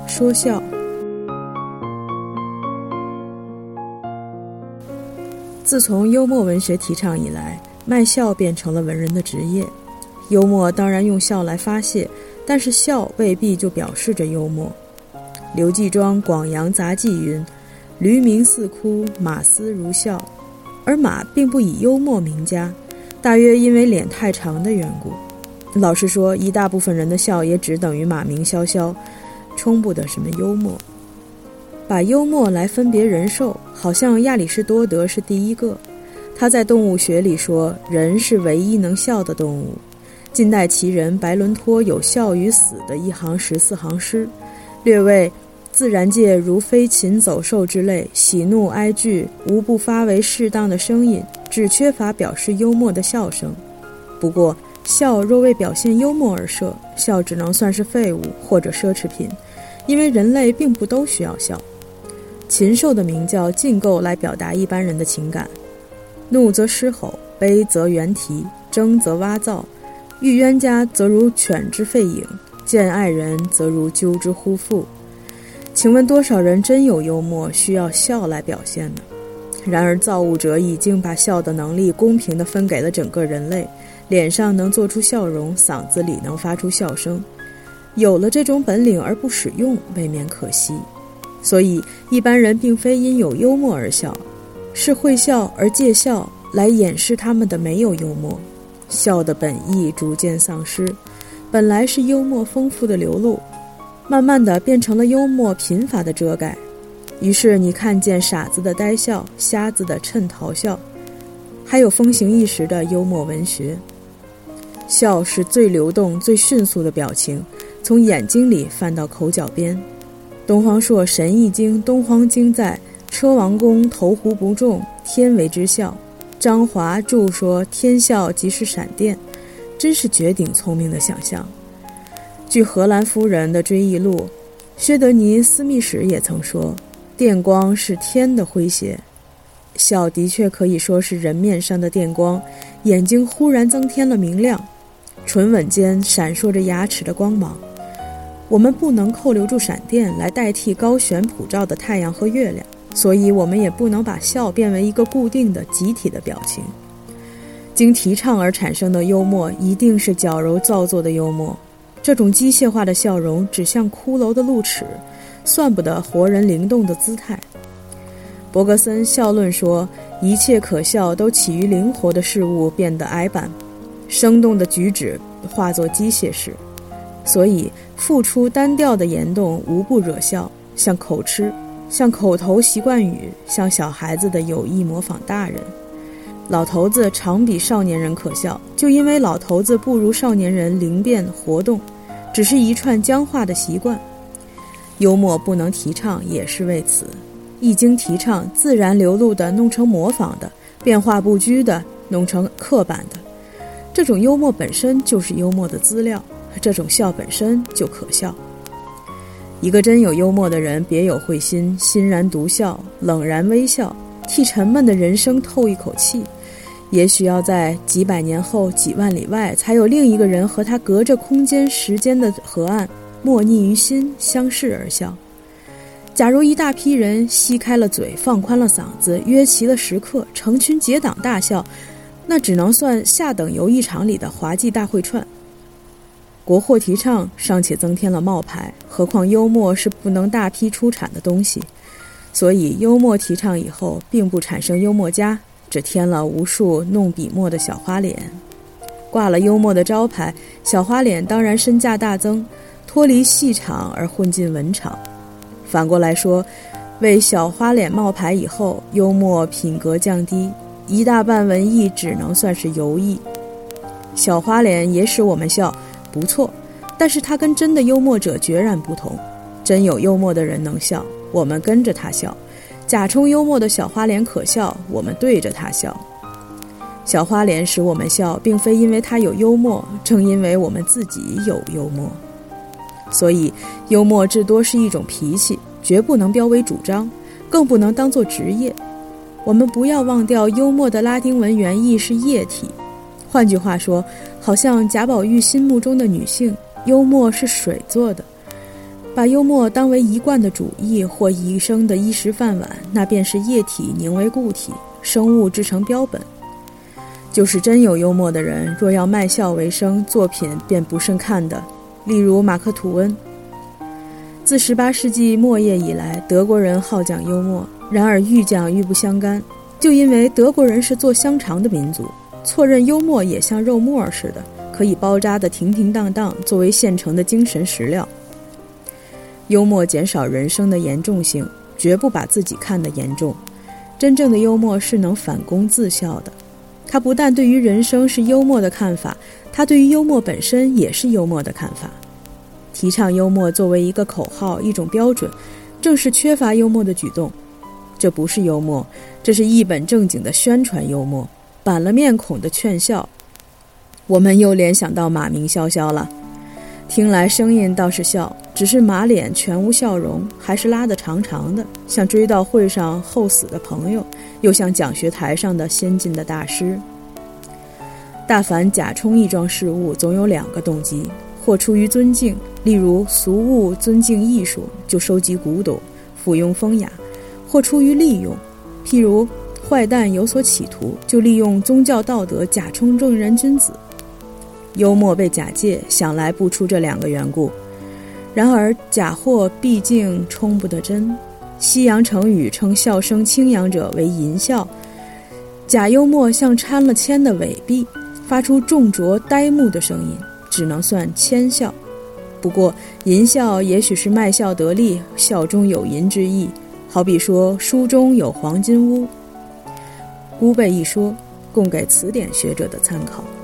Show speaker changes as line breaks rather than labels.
说笑。自从幽默文学提倡以来，卖笑变成了文人的职业。幽默当然用笑来发泄，但是笑未必就表示着幽默。刘继庄《广阳杂记》云：驴鸣似哭，马嘶如笑。而马并不以幽默名家，大约因为脸太长的缘故。老实说，一大部分人的笑也只等于马鸣萧萧，充不得什么幽默。把幽默来分别人兽，好像亚里士多德是第一个。他在动物学里说，人是唯一能笑的动物。近代奇人白伦托有笑与死的1行14行诗，略谓自然界如飞禽走兽之类，喜怒哀惧无不发为适当的声音，只缺乏表示幽默的笑声。不过笑若为表现幽默而设，笑只能算是废物或者奢侈品，因为人类并不都需要笑。禽兽的鸣叫尽够来表达一般人的情感，怒则狮吼，悲则猿啼，争则蛙噪，遇冤家则如犬之吠影，见爱人则如鸠之呼妇。请问多少人真有幽默需要笑来表现呢？然而造物者已经把笑的能力公平地分给了整个人类，脸上能做出笑容，嗓子里能发出笑声。有了这种本领而不使用，未免可惜。所以一般人并非因有幽默而笑，是会笑而借笑来掩饰他们的没有幽默。笑的本意逐渐丧失，本来是幽默丰富的流露，慢慢的变成了幽默贫乏的遮盖。于是你看见傻子的呆笑，瞎子的趁淘笑，还有风行一时的幽默文学。笑是最流动最迅速的表情，从眼睛里泛到口角边。东方朔神异经东荒经在，车王公投壶不中，天为之笑。张华注说天笑即是闪电，真是绝顶聪明的想象。据荷兰夫人的追忆录，薛德尼私密史也曾说，电光是天的诙谐。笑的确可以说是人面上的电光，眼睛忽然增添了明亮，唇吻间闪烁着牙齿的光芒。我们不能扣留住闪电来代替高悬普照的太阳和月亮，所以我们也不能把笑变为一个固定的集体的表情。经提倡而产生的幽默一定是矫揉造作的幽默，这种机械化的笑容只像骷髅的露齿，算不得活人灵动的姿态。伯格森笑论说，一切可笑都起于灵活的事物变得矮板，生动的举止化作机械式。所以付出单调的言动无不惹笑，像口吃，像口头习惯语，像小孩子的有意模仿大人。老头子常比少年人可笑，就因为老头子不如少年人灵便活动，只是一串僵化的习惯。幽默不能提倡也是为此，一经提倡，自然流露的弄成模仿的，变化不拘的弄成刻板的。这种幽默本身就是幽默的资料，这种笑本身就可笑。一个真有幽默的人，别有慧心，欣然独笑，冷然微笑，替沉闷的人生透一口气。也许要在几百年后几万里外，才有另一个人和他隔着空间时间的河岸，默逆于心，相视而笑。假如一大批人吸开了嘴，放宽了嗓子，约齐了时刻，成群结党大笑，那只能算下等游艺场里的滑稽大会串。国货提倡尚且增添了冒牌，何况幽默是不能大批出产的东西。所以幽默提倡以后，并不产生幽默家，只添了无数弄笔墨的小花脸。挂了幽默的招牌，小花脸当然身价大增，脱离戏场而混进文场。反过来说，为小花脸冒牌以后，幽默品格降低，一大半文艺只能算是游艺。小花脸也使我们笑，不错，但是它跟真的幽默者决然不同。真有幽默的人能笑，我们跟着他笑；假充幽默的小花脸可笑，我们对着他笑。小花脸使我们笑，并非因为他有幽默，正因为我们自己有幽默。所以幽默至多是一种脾气，绝不能标为主张，更不能当作职业。我们不要忘掉幽默的拉丁文原意是液体，换句话说，好像贾宝玉心目中的女性，幽默是水做的。 把幽默当为一贯的主义或一生的衣食饭碗，那便是液体凝为固体，生物制成标本。就是真有幽默的人，若要卖笑为生，作品便不甚看的。例如马克·吐温。自18世纪末叶以来，德国人好讲幽默，然而愈讲愈不相干，就因为德国人是做香肠的民族，错认幽默也像肉末似的，可以包扎得停停当当，作为现成的精神食料。幽默减少人生的严重性，绝不把自己看得严重。真正的幽默是能反躬自笑的，它不但对于人生是幽默的看法，它对于幽默本身也是幽默的看法。提倡幽默作为一个口号，一种标准，正是缺乏幽默的举动。这不是幽默，这是一本正经的宣传幽默，板了面孔的劝笑。我们又联想到马明潇潇了，听来声音倒是笑，只是马脸全无笑容，还是拉得长长的，像追悼会上后死的朋友，又像讲学台上的先进的大师。大凡假充一桩事物，总有2个动机，或出于尊敬，例如俗物尊敬艺术，就收集古董，附庸风雅；或出于利用，譬如坏蛋有所企图，就利用宗教道德假充正人君子。幽默被假借，想来不出这2个缘故。然而假货毕竟充不得真，西洋成语称笑声轻扬者为淫笑，假幽默像掺了铅的伪币，发出重浊呆木的声音，只能算谦笑。不过淫笑也许是卖笑得利，笑中有淫之意，好比说书中有黄金屋。姑辈一说，供给词典学者的参考。